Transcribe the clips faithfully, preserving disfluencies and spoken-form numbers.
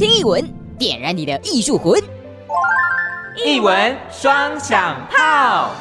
听艺文，点燃你的艺术魂。 艺文双响炮。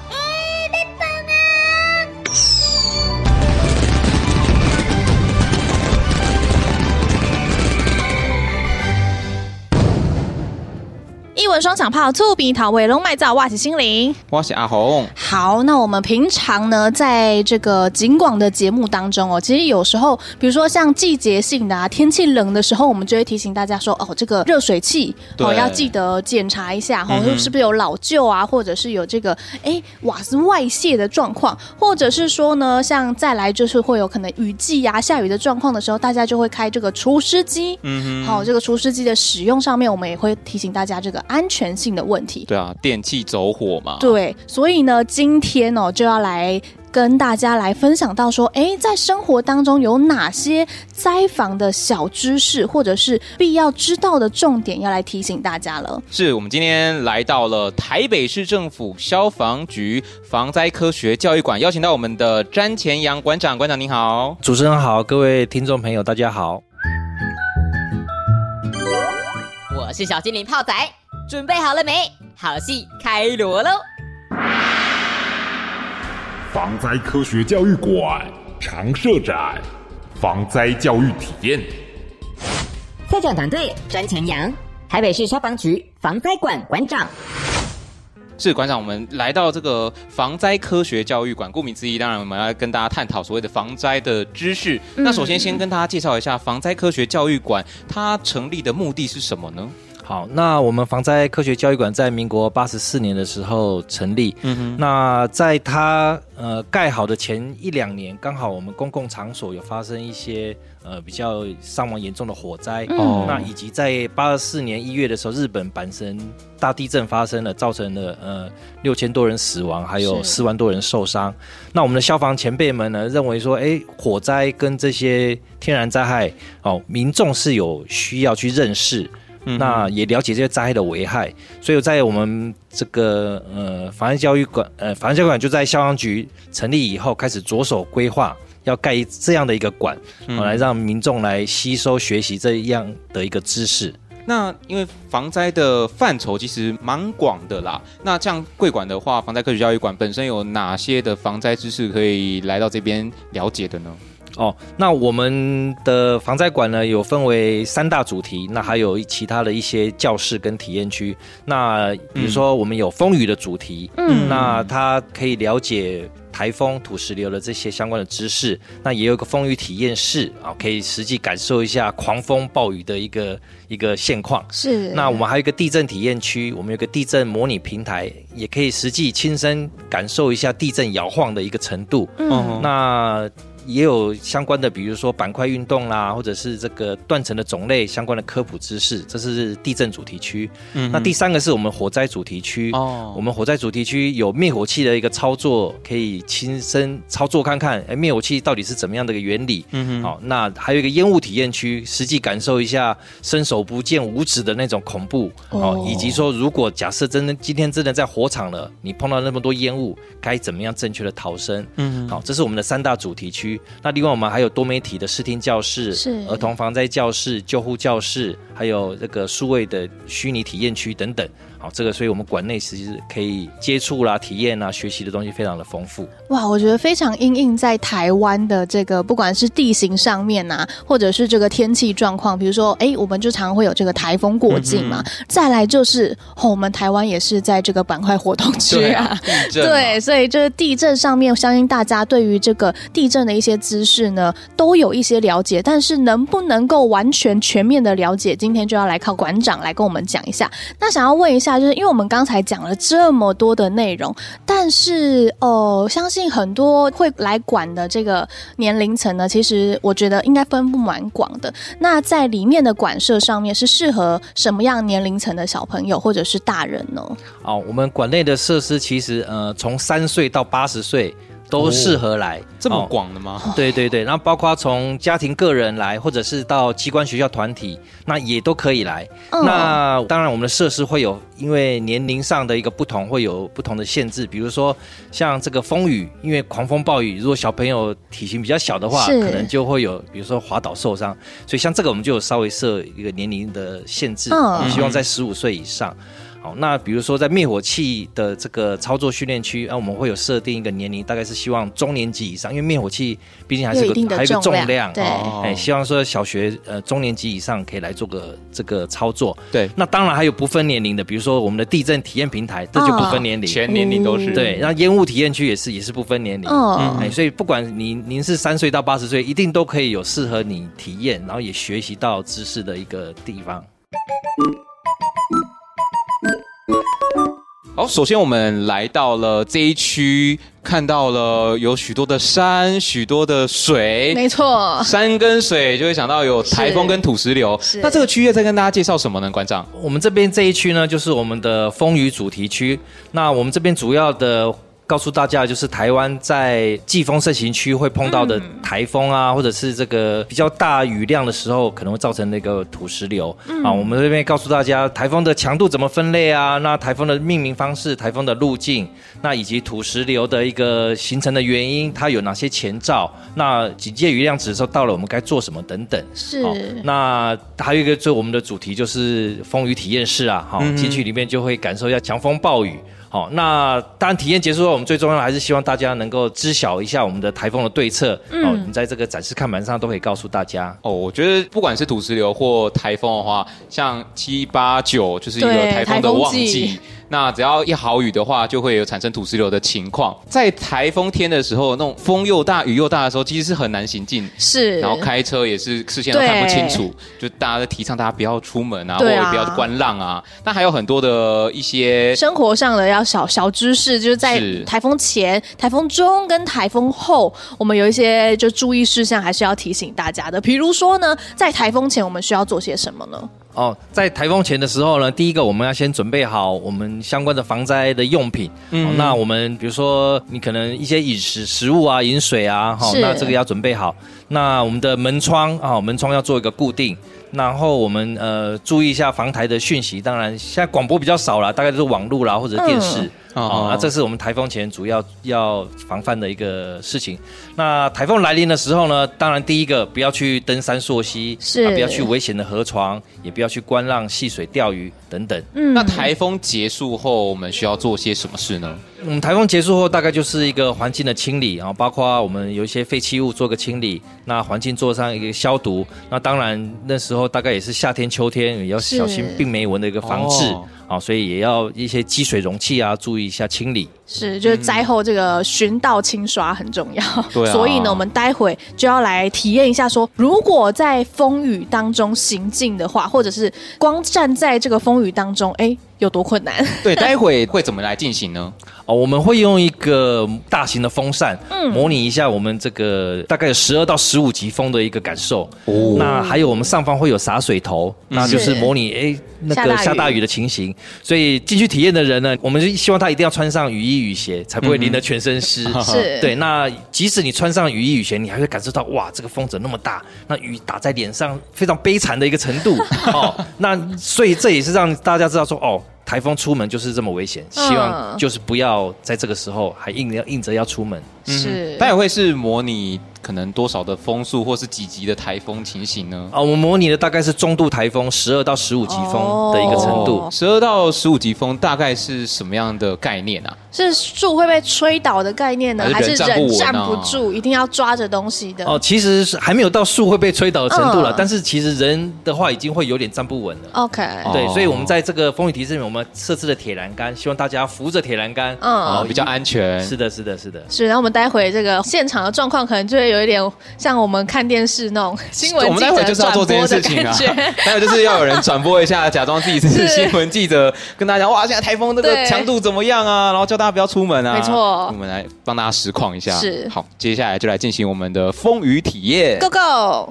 艺文双响炮，醋鼻桃尾龙麦皂，我是心灵， 我是阿红。 好，那我们平常呢，在这个警广的节目当中哦，其实有时候，比如说像季节性的啊，天气冷的时候，我们就会提醒大家说，哦，这个热水器哦要记得检查一下，哦，是不是有老旧啊，或者是有这个哎瓦斯外泄的状况，或者是说呢，像再来就是会有可能雨季啊、下雨的状况的时候，大家就会开这个除湿机。嗯哼，好，这个除湿机的使用上面，我们也会提醒大家这个安全性的问题。 对啊，电器走火嘛。 对，所以呢，今天哦就要来跟大家来分享到说，哎，在生活当中有哪些灾防的小知识，或者是必要知道的重点，要来提醒大家了。 是我们今天来到了台北市政府消防局防灾科学教育馆，邀请到我们的詹乾阳馆长。馆长您好。 主持人好，各位听众朋友大家好。 我是小精灵炮仔，准备好了没？好戏开锣喽！ 防灾科学教育馆常设展，防灾教育体验。 策展团队詹乾阳，台北市消防局防灾馆馆长。 是馆长，我们来到这个防灾科学教育馆，顾名思义，当然我们要跟大家探讨所谓的防灾的知识。嗯、那首先先跟大家介绍一下防灾科学教育馆，它成立的目的是什么呢？ 好，那我们防灾科学教育馆在民国八十四年的时候成立。嗯哼，那在它呃盖好的前一两年，刚好我们公共场所有发生一些呃比较伤亡严重的火灾。哦、嗯，那以及在八十四年一月的时候，日本阪神大地震发生了，造成了呃六千多人死亡，还有四万多人受伤。那我们的消防前辈们呢，认为说，哎，火灾跟这些天然灾害，哦，民众是有需要去认识。那也了解这些灾害的危害，所以在我们这个呃防灾教育馆，呃防灾教育馆就在消防局成立以后，开始着手规划要盖这样的一个馆，嗯、来让民众来吸收学习这样的一个知识。 那因为防灾的范畴其实蛮广的啦，那像贵馆的话，防灾科学教育馆本身有哪些的防灾知识可以来到这边了解的呢？ 哦，那我们的防灾馆呢有分为三大主题，那还有其他的一些教室跟体验区。那比如说我们有风雨的主题，嗯，那它可以了解台风、土石流的这些相关的知识。那也有一个风雨体验室啊，可以实际感受一下狂风暴雨的一个一个现况。是。那我们还有一个地震体验区，我们有一个地震模拟平台，也可以实际亲身感受一下地震摇晃的一个程度。嗯，那也有相关的，比如说板块运动啦，或者是这个断层的种类相关的科普知识，这是地震主题区。嗯，那第三个是我们火灾主题区。哦，我们火灾主题区有灭火器的一个操作，可以亲身操作看看，哎，灭火器到底是怎么样的一个原理。嗯，好，那还有一个烟雾体验区，实际感受一下伸手不见五指的那种恐怖。哦，以及说如果假设真的今天真的在火场了，你碰到那么多烟雾，该怎么样正确的逃生？嗯，好，这是我们的三大主题区。那另外我们还有多媒体的视听教室、儿童防灾教室、救护教室，还有这个数位的虚拟体验区等等。好，这个所以我们馆内其实可以接触啦、体验啦、学习的东西非常的丰富。 哇，我觉得非常因应在台湾的这个不管是地形上面啊，或者是这个天气状况，比如说哎，我们就常会有这个台风过境嘛。嗯、再来就是、哦、我们台湾也是在这个板块活动区啊， 对, 对，所以就是地震上面，相信大家对于这个地震的一些知识呢，都有一些了解，但是能不能够完全全面的了解，今天就要来靠馆长来跟我们讲一下。那想要问一下，就是因为我们刚才讲了这么多的内容，但是呃，相信很多会来馆的这个年龄层呢，其实我觉得应该分布蛮广的。那在里面的馆舍上面是适合什么样年龄层的小朋友或者是大人呢？ 哦，我们馆内的设施其实呃，从三岁到八十岁。 都适合来。 哦、这么广的吗？ 哦、对对对，然后包括从家庭个人来，或者是到机关学校团体，那也都可以来。嗯、那当然我们的设施会有因为年龄上的一个不同，会有不同的限制。比如说像这个风雨，因为狂风暴雨，如果小朋友体型比较小的话，可能就会有比如说滑倒受伤。所以像这个我们就有稍微设一个年龄的限制，嗯、希望在十五岁以上。好，那比如说在灭火器的这个操作训练区，啊，我们会有设定一个年龄，大概是希望中年级以上，因为灭火器毕竟还是个还有一个重量， 对， 哎，希望说小学呃中年级以上可以来做个这个操作。 对， 那当然还有不分年龄的，比如说我们的地震体验平台，这就不分年龄， 全年龄都是。 对，然后烟雾体验区也是也是不分年龄，嗯，哎，所以不管您您是三岁到八十岁，一定都可以有适合你体验，然后也学习到知识的一个地方。 好，首先我们来到了这一区，看到了有许多的山，许多的水。 没错， 山跟水就会想到有台风跟土石流。那这个区域在跟大家介绍什么呢，馆长？ 我们这边这一区呢，就是我们的风雨主题区。那我们这边主要的告诉大家，就是台湾在季风盛行区会碰到的台风啊，嗯、或者是这个比较大雨量的时候，可能会造成那个土石流、嗯、啊。我们这边告诉大家，台风的强度怎么分类啊？那台风的命名方式、台风的路径，那以及土石流的一个形成的原因，它有哪些前兆？那警戒雨量值的时候到了，我们该做什么等等。 是。 哦、那还有一个，就我们的主题就是风雨体验室啊，好、嗯，进去里面就会感受一下强风暴雨。好，那当然体验结束后，我们最重要的还是希望大家能够知晓一下我们的台风的对策。嗯，哦，你在这个展示看板上都可以告诉大家。 哦，我觉得不管是土石流或台风的话，像七八九就是一个台风的旺季。那只要一豪雨的话，就会有产生土石流的情况。在台风天的时候，那种风又大、雨又大的时候，其实是很难行进。 是， 然后开车也是视线都看不清楚，就大家在提倡大家不要出门啊，或者不要观浪啊。但还有很多的一些生活上的要小小知识，就是在台风前、台风中跟台风后，我们有一些就注意事项，还是要提醒大家的。比如说呢，在台风前我们需要做些什么呢？ 哦，在台风前的时候呢，第一个我们要先准备好我们相关的防灾的用品。嗯、哦，那我们比如说你可能一些饮食食物啊、饮水啊，好、哦，那这个要准备好。那我们的门窗啊、哦，门窗要做一个固定。然后我们呃注意一下防台的讯息，当然现在广播比较少啦，大概都是网络啦或者电视。嗯哦，那这是我们台风前主要要防范的一个事情。那台风来临的时候呢，当然第一个不要去登山溯溪，是、啊、不要去危险的河床，也不要去观浪、戏水、钓鱼等等。 嗯，那台风结束后，我们需要做些什么事呢？ 嗯，台风结束后大概就是一个环境的清理，然后包括我们有一些废弃物做个清理，那环境做上一个消毒。那当然那时候大概也是夏天、秋天，也要小心病媒蚊的一个防治。哦好，所以也要一些积水容器啊，注意一下清理。 是，就是灾后这个巡道清刷很重要。 对啊。 所以呢，我们待会就要来体验一下说，说如果在风雨当中行进的话，或者是光站在这个风雨当中，哎，有多困难？ 对，待会会怎么来进行呢？ 哦，我们会用一个大型的风扇，嗯，模拟一下我们这个大概有十二到十五级风的一个感受。哦。那还有我们上方会有洒水头，嗯、那就是模拟哎那个下大雨的情形。所以进去体验的人呢，我们就希望他一定要穿上雨衣雨鞋，才不会淋得全身湿。 是， 对。那即使你穿上雨衣雨鞋，你还会感受到哇，这个风怎么那么大？那雨打在脸上，非常悲惨的一个程度。哦，那所以这也是让大家知道说，哦，台风出门就是这么危险，希望就是不要在这个时候还硬要硬着要出门。 是， 它也会是模拟可能多少的风速或是几级的台风情形呢？ 啊，我们模拟的大概是中度台风，十二到十五级风的一个程度。 十二到十五级风大概是什么样的概念啊？ 是树会被吹倒的概念呢，还是人站不住，一定要抓着东西的？ 哦，其实是还没有到树会被吹倒的程度了，嗯、但是其实人的话已经会有点站不稳了。 OK， 对，所以我们在这个风雨提示里面，我们设置了铁栏杆，希望大家扶着铁栏杆， 嗯，哦，比较安全。 是的，是的，是的。 是，然后我们待会这个现场的状况可能就会有一点像我们看电视那种新闻记者转播的感觉， 待会就是要有人转播一下，假装自己是新闻记者，跟大家讲哇，现在台风那个强度怎么样啊？然后叫大家不要出门啊。 没错， 我们来帮大家实况一下。 是， 好，接下来就来进行我们的风雨体验。 Go go！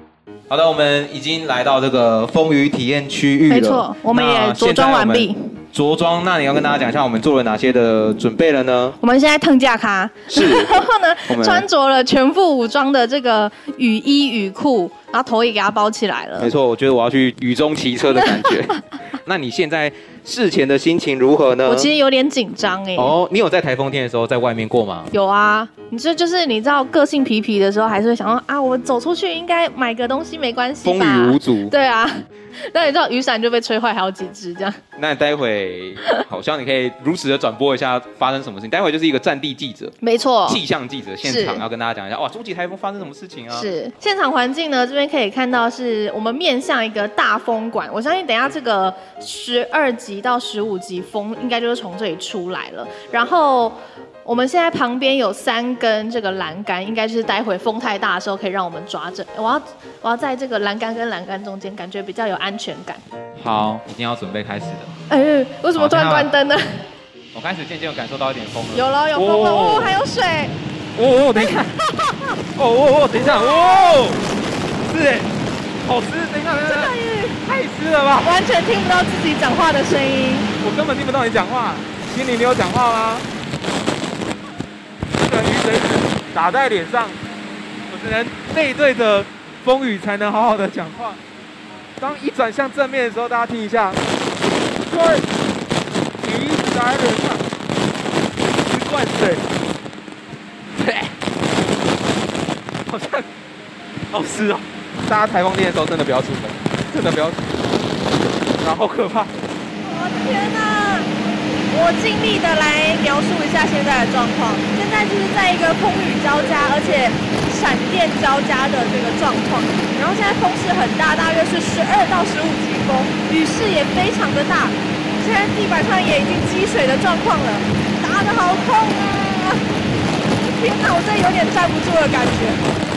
好的，我们已经来到这个风雨体验区域了。 没错，我们也着装完毕。 着装，那你要跟大家讲一下我们做了哪些的准备了呢？ 我们现在腾架咖， 是， 然后呢，穿着了全副武装的这个雨衣雨裤，然后头也给它包起来了。 没错，我觉得我要去雨中骑车的感觉。那你现在事前的心情如何呢？ 我其实有点紧张哎。 哦，你有在台风天的时候在外面过吗？ 有啊，你这就是你知道个性皮皮的时候，还是会想说啊，我走出去应该买个东西没关系吧？ 风雨无阻。 对啊。那你知道雨伞就被吹坏好几只这样？ 那待会好像你可以如实的转播一下发生什么事情。待会就是一个战地记者， 没错， 气象记者现场要跟大家讲一下，哇，中级台风发生什么事情啊？ 是现场环境呢，这边可以看到是我们面向一个大风管，我相信等一下这个十二级到十五级风应该就是从这里出来了，然后。我们现在旁边有三根这个栏杆，应该就是待会风太大的时候可以让我们抓着。我要我要在这个栏杆跟栏杆中间，感觉比较有安全感。 好，一定要准备开始的。 哎，为什么突然关灯呢？ 我开始渐渐有感受到一点风了。 有了，有风了，哦，还有水。 哦哦，等一下。哦哦哦，等一下，哦，是哎，好湿，等一下，等一下。真的耶，太湿了吧？ 完全听不到自己讲话的声音。 我根本听不到你讲话，心里没有讲话吗？雨水打在脸上，我只能背对着风雨才能好好的讲话。当一转向正面的时候，大家听一下，对，雨一直打在脸上，一直灌水，对，好像好湿哦。大家台风天的时候真的不要出门，真的不要出门，然后好可怕。 我的天哪！我尽力的来描述一下现在的状况。现在就是在一个风雨交加，而且闪电交加的这个状况。然后现在风势很大，大约是十二到十五级风，雨势也非常的大。现在地板上也已经积水的状况了，打得好痛啊！天哪，我真的有点站不住的感觉。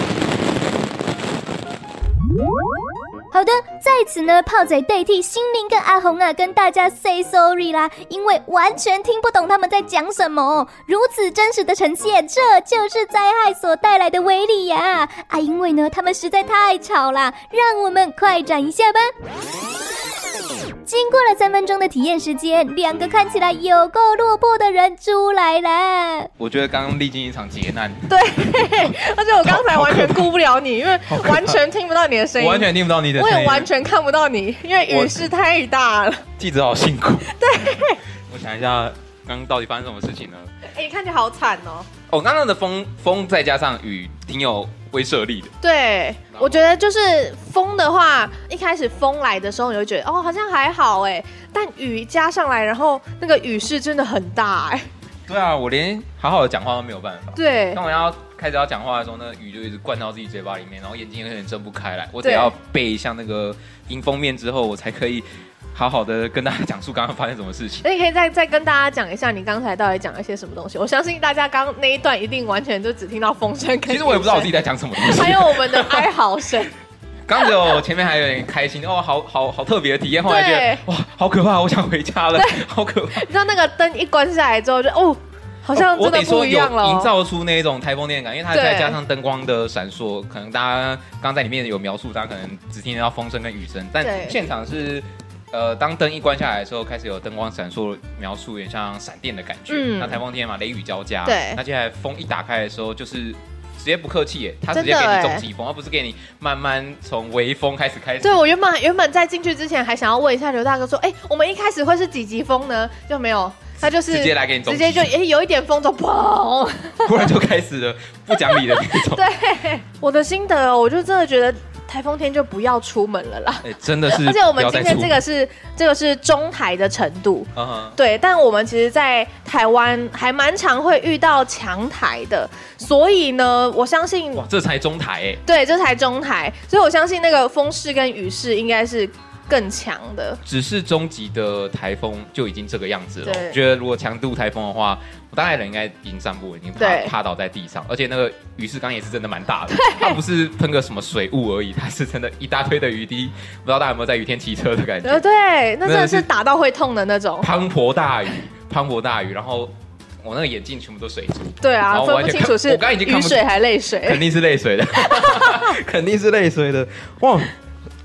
好的，在此呢，炮仔代替心灵跟阿红啊，跟大家 say sorry 啦，因为完全听不懂他们在讲什么。如此真实的呈现，这就是灾害所带来的威力呀！啊，因为呢，他们实在太吵啦，让我们快转一下吧。经过了三分钟的体验时间，两个看起来有够落魄的人出来了。 我觉得刚刚历经一场劫难。 对，而且我刚才完全顾不了你，因为完全听不到你的声音， 我完全听不到你的声音， 我也完全看不到你，因为雨势太大了。 记者好辛苦。 对， 我想一下，刚刚到底发生什么事情呢？ 哎、欸，你看起来好惨哦。 哦，刚刚的风风再加上雨，挺有威慑力的。 对，我觉得就是风的话，一开始风来的时候，你会觉得哦，好像还好哎，但雨加上来，然后那个雨势真的很大哎。 对啊，我连好好的讲话都没有办法。 对， 当我要开始要讲话的时候，那个雨就一直灌到自己嘴巴里面，然后眼睛有点睁不开来。我得要背一下那个迎风面之后，我才可以好好的跟大家讲述刚刚发生什么事情。 那你可以再再跟大家讲一下，你刚才到底讲了些什么东西？我相信大家刚刚那一段一定完全就只听到风声跟雨声。 其实我也不知道我自己在讲什么东西。 还有我们的哀嚎声。 刚只有前面还有点开心哦，好好好特别的体验，后来觉得哇，好可怕，我想回家了，好可怕。 你知道那个灯一关下来之后就，就哦。好像真的不一样了、哦。 我得说有营造出那种台风天的感，因为它再加上灯光的闪烁，可能大家刚在里面有描述，大家可能只听得到风声跟雨声，但现场是，呃，当灯一关下来的时候，开始有灯光闪烁描述，有点像闪电的感觉。嗯、那台风天嘛，雷雨交加。 对。 那接下来风一打开的时候，就是直接不客气耶，它直接给你中级风，而不是给你慢慢从微风开始开始。 对，我原本原本在进去之前还想要问一下刘大哥说，哎、欸，我们一开始会是几级风呢？就没有。他就是直接来给你， 直接就哎、欸、有一点风就砰， 突然就开始了不讲理的那种。 对，我的心得，我就真的觉得台风天就不要出门了啦。 哎、欸，真的是。 而且我们今天这个是这个是中台的程度， uh-huh. 对，但我们其实，在台湾还蛮常会遇到强台的，所以呢，我相信哇，这才中台哎， 对，这才中台，所以我相信那个风势跟雨势应该是更强的。 只是中级的台风就已经这个样子了。我觉得如果强度台风的话，我大概人应该已经站不稳，已经趴趴倒在地上。而且那个雨势刚也是真的蛮大的，它不是喷个什么水雾而已，它是真的一大堆的雨滴。不知道大家有没有在雨天骑车的感觉？ 呃，对，那真的是打到会痛的那种。 滂沱大雨，滂沱大雨，然后我那个眼镜全部都水珠。 对啊，分不清楚是雨水还泪水， 肯定是泪水的，肯定是泪水的。哇！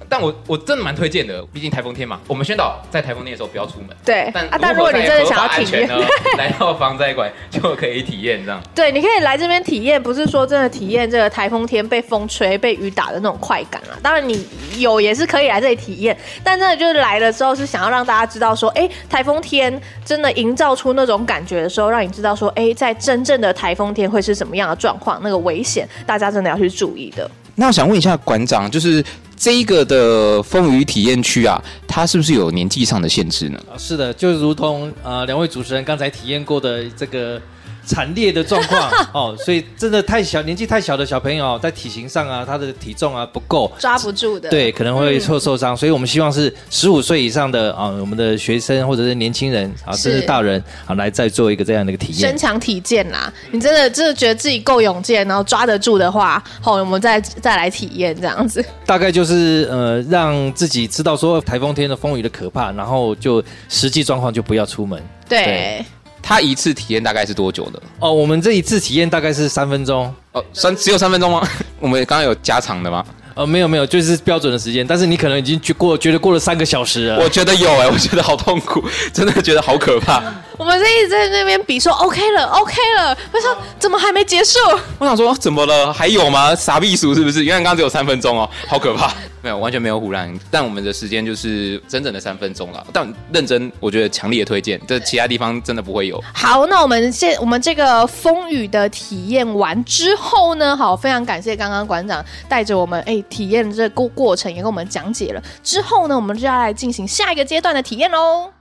但我我真的蛮推荐的，毕竟台风天嘛，我们宣导在台风天的时候不要出门。 对， 但啊，但如果你真的想要体验， 来到防灾馆就可以体验这样。 对，你可以来这边体验，不是说真的体验这个台风天被风吹、被雨打的那种快感啊。当然你有也是可以来这里体验，但真的就是来了之后是想要让大家知道说，哎，台风天真的营造出那种感觉的时候，让你知道说，哎，在真正的台风天会是什么样的状况，那个危险，大家真的要去注意的。 那我想问一下馆长，就是这一个的风雨体验区啊，它是不是有年纪上的限制呢？ 是的，就如同呃两位主持人刚才体验过的这个惨烈的状况哦，所以真的太小年纪太小的小朋友在体型上啊，他的体重啊不够， 抓不住的， 对，可能会受受伤、嗯。所以我们希望是十五岁以上的啊，我们的学生或者是年轻人啊，甚至大人啊，来再做一个这样的一个体验， 身强体健啦。你真的真的觉得自己够勇健，然后抓得住的话，好，我们再再来体验这样子。 大概就是呃，让自己知道说台风天的风雨的可怕，然后就实际状况就不要出门。 对。 对， 他一次体验大概是多久的？ 哦，我们这一次体验大概是三分钟。 哦，三只有三分钟吗？我们刚刚有加长的吗？ 呃，没有没有，就是标准的时间。但是你可能已经过觉得过了三个小时了。 我觉得有哎、欸，我觉得好痛苦，真的觉得好可怕。 我们是一直在那边比说 OK 了 OK 了，我说怎么还没结束？ 我想说怎么了？还有吗？傻避暑是不是？原来刚刚只有三分钟哦，好可怕。没有，完全没有唬烂，但我们的时间就是整整的三分钟了。但认真，我觉得强烈推荐，这其他地方真的不会有。 好，那我们现我们这个风雨的体验完之后呢，好，非常感谢刚刚馆长带着我们哎体验这个过程，也跟我们讲解了。之后呢，我们就要来进行下一个阶段的体验喽。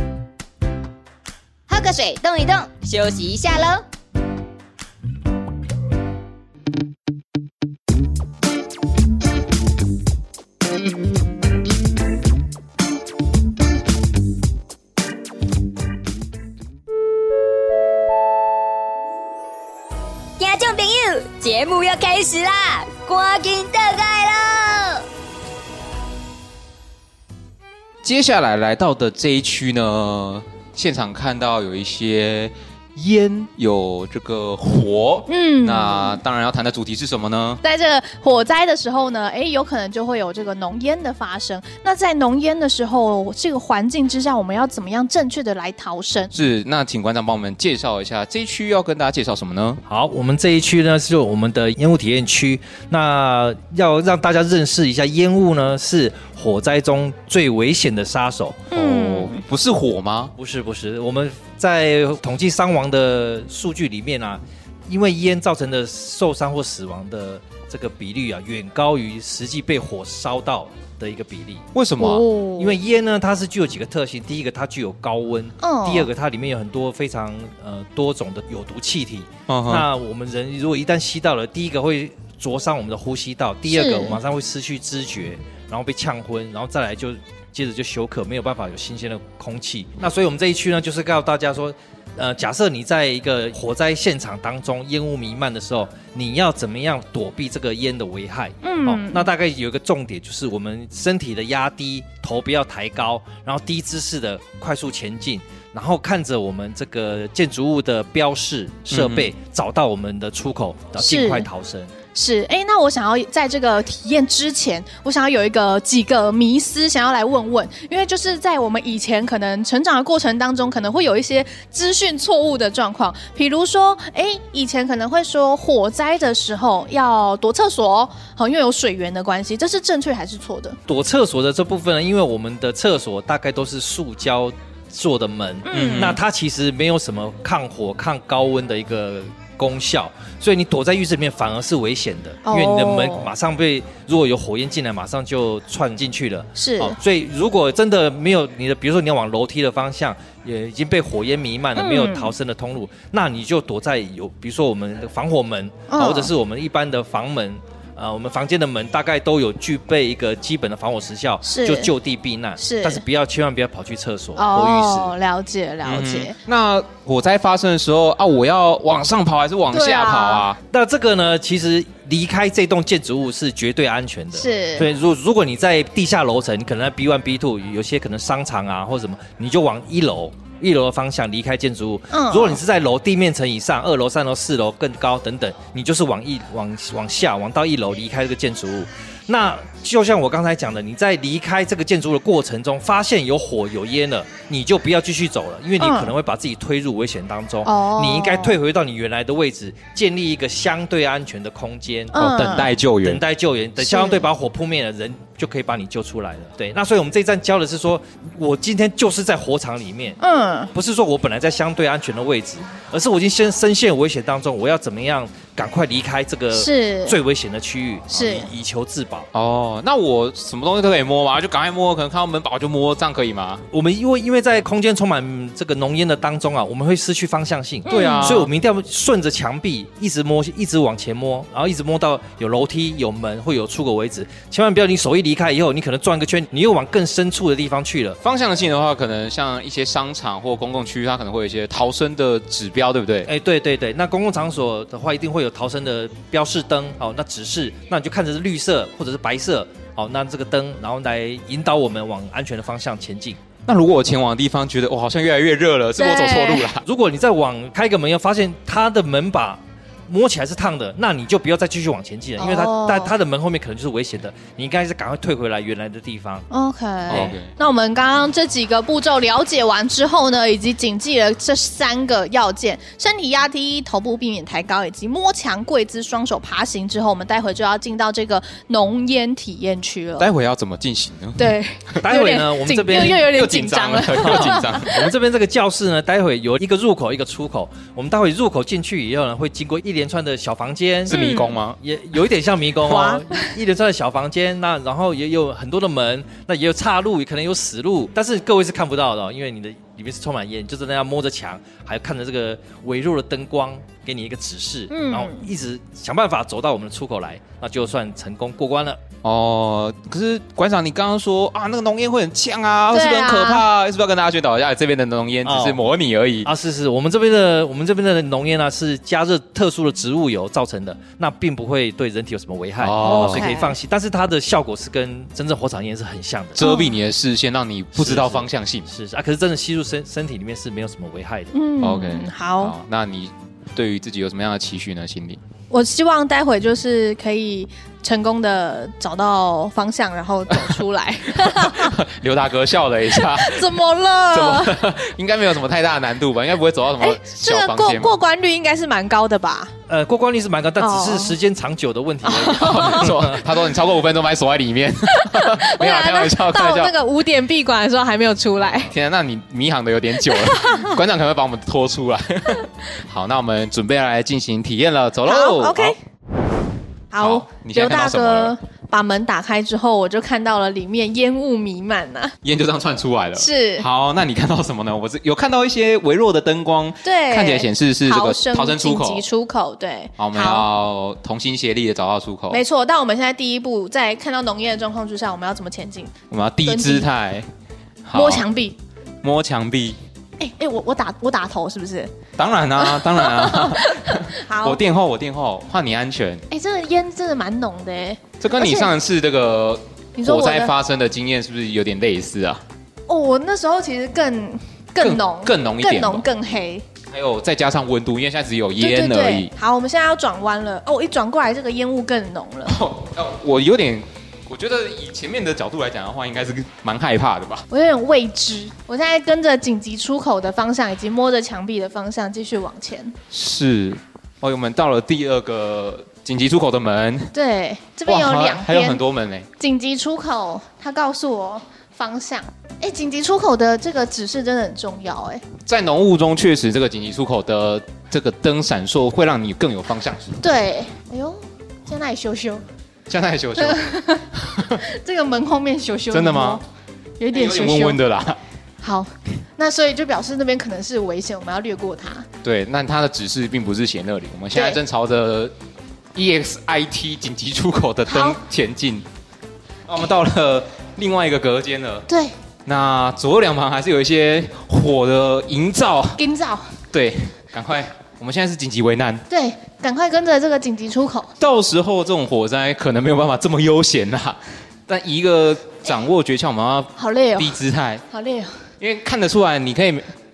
喝个水，动一动，休息一下喽。听众朋友，节目要开始啦，赶紧倒来喽！ 接下来来到的这一区呢，现场看到有一些烟，有这个火，嗯，那当然要谈的主题是什么呢？ 在这个火灾的时候呢，哎，有可能就会有这个浓烟的发生。那在浓烟的时候，这个环境之下，我们要怎么样正确的来逃生？ 是，那请馆长帮我们介绍一下这一区要跟大家介绍什么呢？ 好，我们这一区呢是我们的烟雾体验区，那要让大家认识一下烟雾呢是火灾中最危险的杀手。 嗯、哦，不是火吗？ 不是，不是，我们在统计伤亡的数据里面啊，因为烟造成的受伤或死亡的这个比率啊，远高于实际被火烧到的一个比例。 为什么？ 哦、 因为烟呢，它是具有几个特性。第一个，它具有高温； 哦、 第二个，它里面有很多非常呃多种的有毒气体。 哦、 那我们人如果一旦吸到了，第一个会灼伤我们的呼吸道，第二个我马上会失去知觉，然后被呛昏，然后再来就接着就休克，没有办法有新鲜的空气。那所以我们这一区呢，就是告诉大家说，呃，假设你在一个火灾现场当中，烟雾弥漫的时候，你要怎么样躲避这个烟的危害？嗯、哦，那大概有一个重点，就是我们身体的压低，头不要抬高，然后低姿势的快速前进，然后看着我们这个建筑物的标示设备，嗯、找到我们的出口，然后尽快逃生。 是，哎，那我想要在这个体验之前，我想要有一个几个迷思想要来问问，因为就是在我们以前可能成长的过程当中，可能会有一些资讯错误的状况，比如说，哎，以前可能会说火灾的时候要躲厕所，好，因为有水源的关系，这是正确还是错的？ 躲厕所的这部分呢，因为我们的厕所大概都是塑胶做的门，嗯，那它其实没有什么抗火、抗高温的一个功效，所以你躲在浴室里面反而是危险的，因为你的门马上被如果有火焰进来，马上就窜进去了。 是， 哦，所以如果真的没有你的，比如说你要往楼梯的方向，也已经被火焰弥漫了，嗯、没有逃生的通路，那你就躲在有，比如说我们的防火门，哦、或者是我们一般的房门。呃，我们房间的门大概都有具备一个基本的防火时效，就就地避难。 是， 但是不要千万不要跑去厕所、 哦、 或浴室。 了解了解、 嗯。那火灾发生的时候啊，我要往上跑还是往下跑啊？啊那这个呢，其实离开这栋建筑物是绝对安全的。 是， 所以如如果你在地下楼层，你可能在 B 一 B 二，有些可能商场啊或者什么，你就往一楼。 一楼的方向离开建筑物。 嗯如果你是在楼地面层以上，二楼、三楼、四楼更高等等，你就是往一往往下往到一楼离开这个建筑物。那就像我刚才讲的，你在离开这个建筑物的过程中，发现有火有烟了，你就不要继续走了，因为你可能会把自己推入危险当中。 哦你应该退回到你原来的位置，建立一个相对安全的空间， 嗯哦，等待救援等。待救援，等相对把火扑灭了，人就可以把你救出来了。对，那所以我们这一站教的是说，我今天就是在火场里面， 嗯， 不是说我本来在相对安全的位置，而是我已经先深陷危险当中，我要怎么样赶快离开这个是最危险的区域， 是以以求自保。 哦，那我什么东西都可以摸吗？就赶快摸，可能看到门把就摸，这样可以吗？ 我们因为因为在空间充满这个浓烟的当中啊，我们会失去方向性。 对啊， 所以我们一定要顺着墙壁一直摸，一直往前摸，然后一直摸到有楼梯、有门或有出口为止。千万不要你手一离开以后，你可能转个圈，你又往更深处的地方去了。 方向性的话，可能像一些商场或公共区域，它可能会有一些逃生的指标，对不对？ 哎，对对对，那公共场所的话，一定会有逃生的标示灯，哦，那指示，那你就看着是绿色或者是白色，好，那这个灯，然后来引导我们往安全的方向前进。 那如果我前往的地方觉得哇，好像越来越热了，是不是我走错路了？ 如果你再往开个门，又发现它的门把摸起来是烫的，那你就不要再继续往前进了，因为它哦在它的门后面可能就是危险的，你应该是赶快退回来原来的地方。 OK，, OK 那我们刚刚这几个步骤了解完之后呢，以及谨记了这三个要件：身体压低、头部避免抬高，以及摸墙跪姿、双手爬行之后，我们待会就要进到这个浓烟体验区了。 待会要怎么进行呢？ 对， 待会呢， 有点紧我们这边又又有点又紧张了。 又紧张。 我们这边这个教室呢，待会有一个入口，一个出口。我们待会入口进去以后呢，会经过一连串的小房间， 是迷宫吗？ 也有一点像迷宫哇哦，一连串的小房间，那然后也有很多的门，那也有岔路，也可能有死路，但是各位是看不到的哦，因为你的里面是充满烟，你就真的要摸着墙，还看着这个微弱的灯光，给你一个指示， 嗯然后一直想办法走到我们的出口来，那就算成功过关了。 哦，可是馆长，你刚刚说啊，那个浓烟会很呛啊， 对啊是不是很可怕？是不是要跟大家宣导一下，这边的浓烟只是模拟而已？ 啊，是是，我们这边的我们这边的浓烟呢是加热特殊的植物油造成的，那并不会对人体有什么危害， 哦所以可以放心。但是它的效果是跟真正火场烟是很像的， 遮蔽你的视线，让你不知道方向性。 是是啊，可是真的吸入身身体里面是没有什么危害的。 嗯 OK， 好， 那你对于自己有什么样的期许呢？心里？ 我希望待会就是可以成功的找到方向，然后走出来。 刘大哥笑了一下， 怎么了？ 怎么？应该没有什么太大的难度吧？应该不会走到什么哎，这个过小房间吧？ 过关率应该是蛮高的吧？ 呃，过关率是蛮高，但哦只是时间长久的问题而已。 说他说你超过五分钟把你锁在里面，没有啦，开玩笑，开玩笑到那。个五点闭馆的时候还没有出来。 天啊，那你迷航的有点久了，馆长可能会把我们拖出来。好，那我们准备来进行体验了，走喽。 好 ，OK。好好，你现刘大在看到什么了哥把门打开之后，我就看到了里面烟雾弥漫呐、 烟就这样窜出来了。 是好，那你看到什么呢？我是有看到一些微弱的灯光， 对， 看起来显示是这个逃生出口紧急。出口，对。 好，我们要同心协力的找到出口。 没错，但我们现在第一步，在看到浓烟的状况之下，我们要怎么前进？ 我们要低姿态，好摸墙壁。 摸墙壁。 哎哎，我我打我打头是不是？ 当然啊，当然啊。 好。 我垫后，我垫后，怕你安全。 哎，这个烟真的蛮浓的哎。 这跟你上一次这个火你说我的灾发生的经验是不是有点类似啊？ 哦，我那时候其实更更浓， 更浓一点吧更浓更黑。 还有再加上温度，因为现在只有对烟对而已对。。好，我们现在要转弯了。哦，我一转过来，这个烟雾更浓了。 哦，我有点，我觉得以前面的角度来讲的话，应该是蛮害怕的吧。 我有点未知。我现在跟着紧急出口的方向，以及摸着墙壁的方向继续往前。 是，哦，我们到了第二个紧急出口的门， 对，这边有哇两还有很边多门呢。 紧急出口，他告诉我方向。哎，紧急出口的这个指示真的很重要哎。 在浓雾中，确实这个紧急出口的这个灯闪烁，会让你更有方向性。 对，哎呦，在那里羞羞， 现在羞羞， 这个门后面羞羞， 真的吗？ 有一点羞羞， 有点温温的啦。 好，那所以就表示那边可能是危险，我们要略过它。 对，那它的指示并不是写那里，我们现在对正朝着 E X I T 紧急出口的灯好前进。那我们到了另外一个隔间了。 对， 那左右两旁还是有一些火的营造。 跟照， 对，赶快，我们现在是紧急危难， 对，赶快跟着这个紧急出口。 到时候这种火灾可能没有办法这么悠闲啦。但一个掌握诀窍，我们要好累哦， 低姿态， 好累哦。 因为看得出来，你可以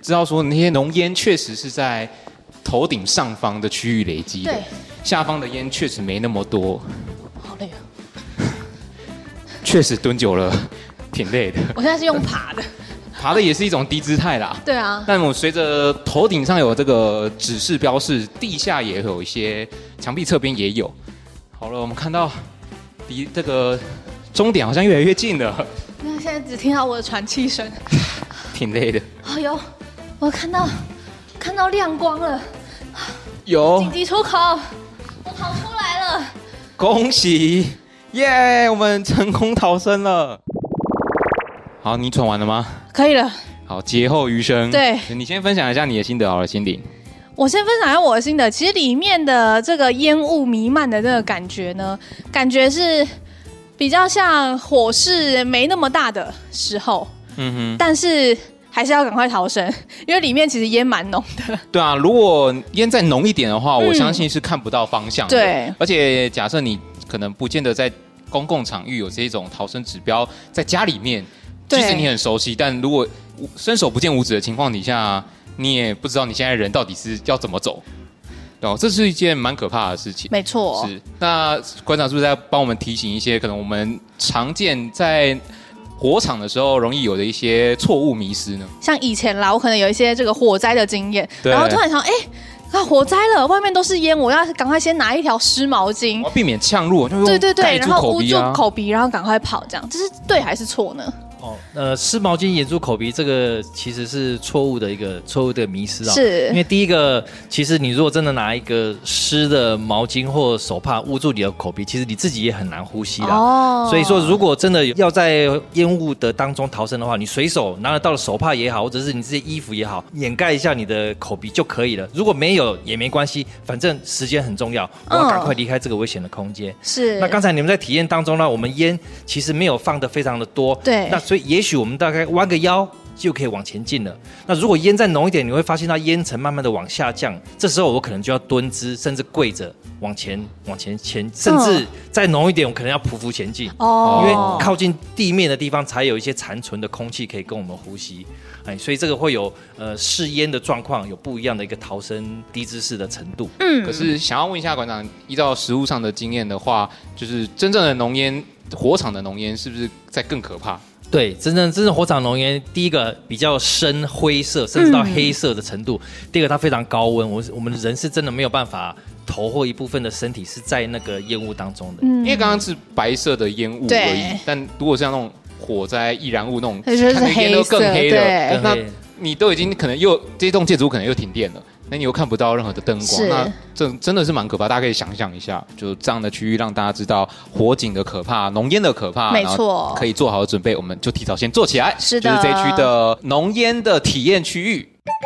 知道说那些浓烟确实是在头顶上方的区域累积的， 对， 下方的烟确实没那么多。 好累啊！ 确实蹲久了挺累的。 我现在是用爬的， 爬的也是一种低姿态啦。 对啊。 但我随着头顶上有这个指示标示，地下也有一些，墙壁侧边也有。好了，我们看到离这个终点好像越来越近了。 那现在只听到我的喘气声， 挺累的。 哎呦，我看到看到亮光了， 有紧急出口，我跑出来了。 恭喜，耶！我们成功逃生了。好，你喘完了吗？ 可以了。 好，劫后余生。 对， 你先分享一下你的心得好了，心顶。 我先分享一下我的心得。其实里面的这个烟雾弥漫的这个感觉呢，感觉是比较像火势没那么大的时候，嗯哼，但是还是要赶快逃生，因为里面其实烟蛮浓的。 对啊，如果烟再浓一点的话，嗯、我相信是看不到方向的。 对， 而且假设你可能不见得在公共场域有这种逃生指标，在家里面，即使你很熟悉，但如果伸手不见五指的情况底下，你也不知道你现在人到底是要怎么走。哦，这是一件蛮可怕的事情。 没错， 是。那馆长是不是在帮我们提醒一些可能我们常见在火场的时候容易有的一些错误迷思呢？ 像以前啦，我可能有一些这个火灾的经验，然后突然想，哎、欸，啊，火灾了，外面都是烟，我要赶快先拿一条湿毛巾， 我要避免呛入，就用对对对， 盖住然后捂住口鼻啊， 口鼻，然后赶快跑，这样，这是对还是错呢？ 哦，呃，湿毛巾掩住口鼻，这个其实是错误的一个错误的迷思啊。 是， 因为第一个，其实你如果真的拿一个湿的毛巾或手帕捂住你的口鼻，其实你自己也很难呼吸啦。哦。所以说，如果真的要在烟雾的当中逃生的话，你随手拿得到的手帕也好，或者是你这些衣服也好，掩盖一下你的口鼻就可以了。如果没有也没关系，反正时间很重要，我要赶快离开这个危险的空间。 是。 那刚才你们在体验当中呢，我们烟其实没有放得非常的多。 对。 那所以也许我们大概弯个腰就可以往前进了。那如果烟再浓一点，你会发现它烟层慢慢的往下降，这时候我可能就要蹲姿，甚至跪着往前往前前，甚至再浓一点，我可能要匍匐前进。哦，因为靠近地面的地方才有一些残存的空气可以跟我们呼吸。哎，所以这个会有呃试烟的状况，有不一样的一个逃生低姿势的程度。 嗯，可是想要问一下馆长，依照实务上的经验的话，就是真正的浓烟，火场的浓烟是不是再更可怕？ 对，真正真正火场浓烟，第一个比较深灰色，甚至到黑色的程度。嗯、第二个它非常高温，我我们人是真的没有办法头或一部分的身体是在那个烟雾当中的。嗯、 因为刚刚是白色的烟雾而已，但如果像那种火灾易燃物那种， 就是看那烟都更黑了，那黑你都已经可能又这栋建筑可能又停电了。那你又看不到任何的灯光，那这真的是蛮可怕。大家可以想象一下，就这样的区域，让大家知道火警的可怕、浓烟的可怕， 没错， 可以做好准备，我们就提早先做起来。 是的， 就是这一区的浓烟的体验区域。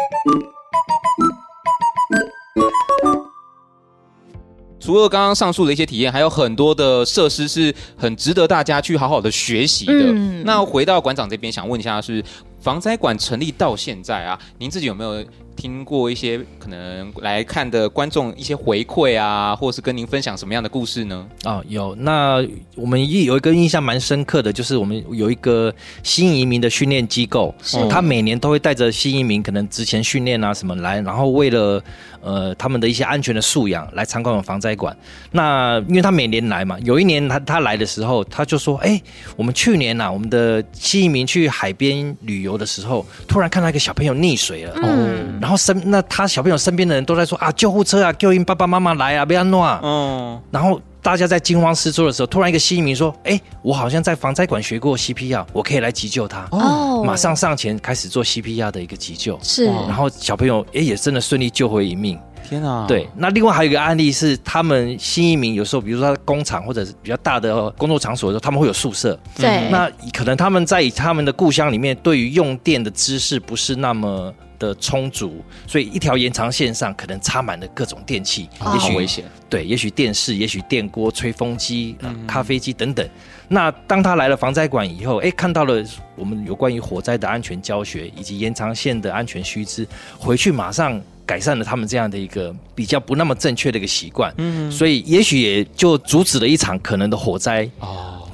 除了刚刚上述的一些体验，还有很多的设施是很值得大家去好好的学习的。嗯、那回到馆长这边，想问一下是，防灾馆成立到现在啊，您自己有没有听过一些可能来看的观众一些回馈啊，或是跟您分享什么样的故事呢？ 哦，有。那我们有一个印象蛮深刻的，就是我们有一个新移民的训练机构，他每年都会带着新移民可能职前训练啊什么来，然后为了呃他们的一些安全的素养来参观我们防灾馆。那因为他每年来嘛，有一年他他来的时候，他就说：“哎、欸，我们去年啊，我们的新移民去海边旅游的时候，突然看到一个小朋友溺水了。嗯，然后身那他小朋友身边的人都在说啊，救护车啊，救因爸爸妈妈来啊，不要弄啊。嗯，然后大家在惊慌失措的时候，突然一个新移民说：“哎、欸，我好像在防灾馆学过 C P R， 我可以来急救他。”哦，马上上前开始做 C P R 的一个急救。 是， 然后小朋友哎、欸、也真的顺利救回一命。 天啊！ 对，那另外还有一个案例是，他们新移民有时候，比如说工厂或者是比较大的工作场所的时候，他们会有宿舍。 对， 那可能他们在他们的故乡里面，对于用电的知识不是那么的充足，所以一条延长线上可能插满了各种电器， 哦、 也许危险。 对，也许电视，也许电锅、吹风机、呃、咖啡机等等。那当他来了防灾馆以后，哎，看到了我们有关于火灾的安全教学以及延长线的安全须知，回去马上改善了他们这样的一个比较不那么正确的一个习惯，嗯，所以也许也就阻止了一场可能的火灾。哦，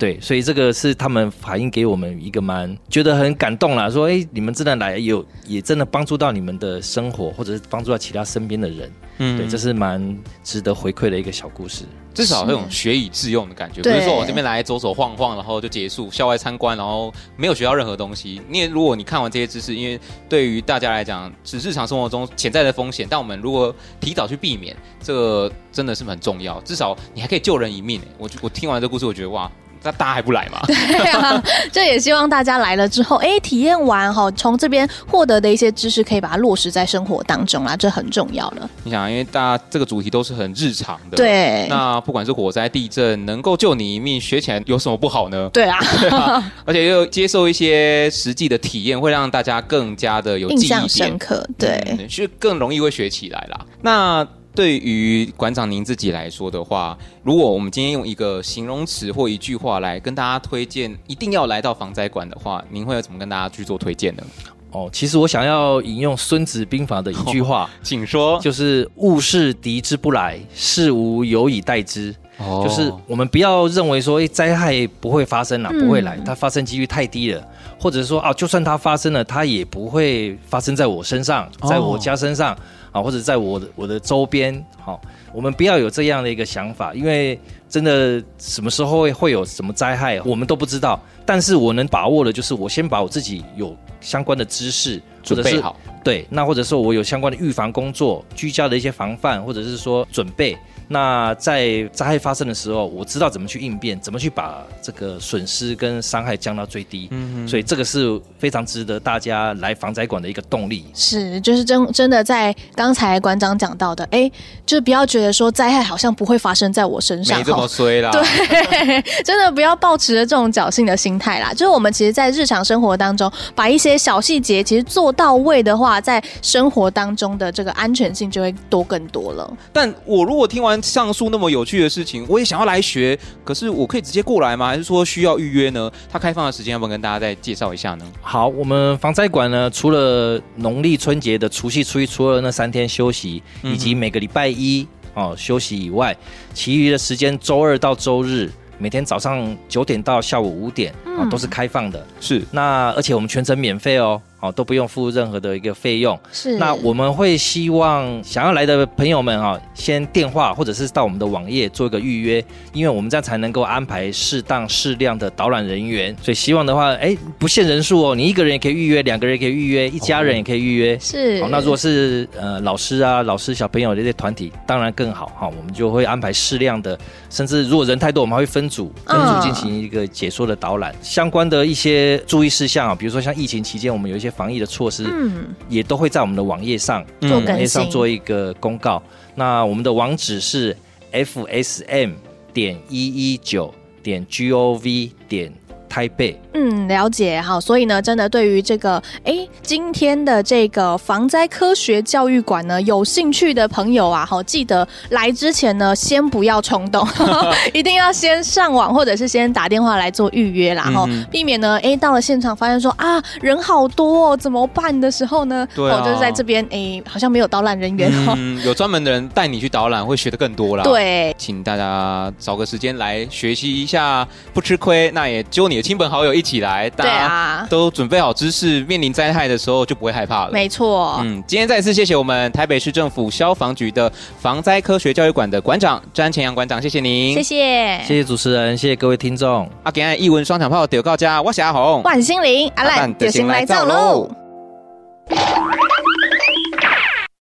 对，所以这个是他们反映给我们一个蛮觉得很感动啦，说哎，你们真的来有也真的帮助到你们的生活，或者是帮助到其他身边的人。嗯，对，这是蛮值得回馈的一个小故事。 至少那种学以致用的感觉，不是说我这边来走走晃晃，然后就结束，校外参观，然后没有学到任何东西。因为如果你看完这些知识，因为对于大家来讲是日常生活中潜在的风险，但我们如果提早去避免，这个真的是很重要。至少你还可以救人一命。我我听完这故事，我觉得哇。那大家还不来吗？ 对啊，这也希望大家来了之后，哎，体验完哈，从这边获得的一些知识，可以把它落实在生活当中啦，这很重要了。 你想，因为大家这个主题都是很日常的， 对。 那不管是火灾、地震，能够救你一命，学起来有什么不好呢？ 对啊， 对啊，而且又接受一些实际的体验，会让大家更加的有记忆点， 印象深刻，对， 嗯，就更容易会学起来啦。那对于馆长您自己来说的话，如果我们今天用一个形容词或一句话来跟大家推荐一定要来到防灾馆的话，您会怎么跟大家去做推荐呢？ 哦，其实我想要引用《孙子兵法》的一句话，哦， 请说， 就是物是敌之不来，事无有以待之。哦，就是我们不要认为说灾害不会发生啦，嗯，不会来，它发生几率太低了，或者说啊，就算它发生了，它也不会发生在我身上，在我家身上。哦啊，或者在我的我的周边，好，我们不要有这样的一个想法，因为真的什么时候会会有什么灾害，我们都不知道。但是我能把握的就是，我先把我自己有相关的知识准备好， 对，那或者说我有相关的预防工作、居家的一些防范，或者是说准备。那在灾害发生的时候，我知道怎么去应变，怎么去把这个损失跟伤害降到最低。嗯，所以这个是非常值得大家来防灾馆的一个动力。 是，就是真真的在刚才馆长讲到的，哎，就是不要觉得说灾害好像不会发生在我身上， 没这么衰啦。 对，真的不要抱持着这种侥幸的心态啦。就是我们其实，在日常生活当中，把一些小细节其实做到位的话，在生活当中的这个安全性就会多更多了。 但我如果听完上述那么有趣的事情，我也想要来学，可是我可以直接过来吗？还是说需要预约呢？它开放的时间要不要跟大家再介绍一下呢？ 好，我们防灾馆呢，除了农历春节的除夕、初一、初二那三天休息，以及每个礼拜一哦休息以外，其余的时间周二到周日，每天早上九点到下午五点，嗯，哦，都是开放的。 是， 那而且我们全程免费哦。哦，都不用付任何的一个费用。 是， 那我们会希望想要来的朋友们啊，先电话或者是到我们的网页做一个预约，因为我们这样才能够安排适当适量的导览人员。所以希望的话，哎，不限人数哦，你一个人也可以预约，两个人也可以预约，一家人也可以预约。 是， 好，那如果是呃老师啊、老师小朋友这些团体，当然更好哈，我们就会安排适量的，甚至如果人太多，我们还会分组分组进行一个解说的导览，嗯，相关的一些注意事项啊，比如说像疫情期间，我们有一些防疫的措施，嗯，也都会在我们的网页上， 做更新， 网页上做一个公告。那我们的网址是 f s m 点一一九点 gov 点台北。 嗯，了解。好，所以呢，真的对于这个，哎，今天的这个防灾科学教育馆呢，有兴趣的朋友啊，好，记得来之前呢，先不要冲动，一定要先上网或者是先打电话来做预约啦，哈，嗯，避免呢，哎，到了现场发现说啊，人好多哦，怎么办的时候呢？ 对，啊， 就是在这边，哎，好像没有导览人员哦， 嗯，有专门的人带你去导览，会学得更多啦。 对， 请大家找个时间来学习一下，不吃亏，那也揪你的亲朋好友一起来，大家都准备好知识，面临灾害的时候就不会害怕了。 没错， 嗯，今天再次谢谢我们台北市政府消防局的防灾科学教育馆的馆长詹乾阳馆长，谢谢您， 谢谢， 谢谢主持人，谢谢各位听众。 啊，今天艺文双响炮就到这，我是阿红， 万心玲，阿烂就先来走喽。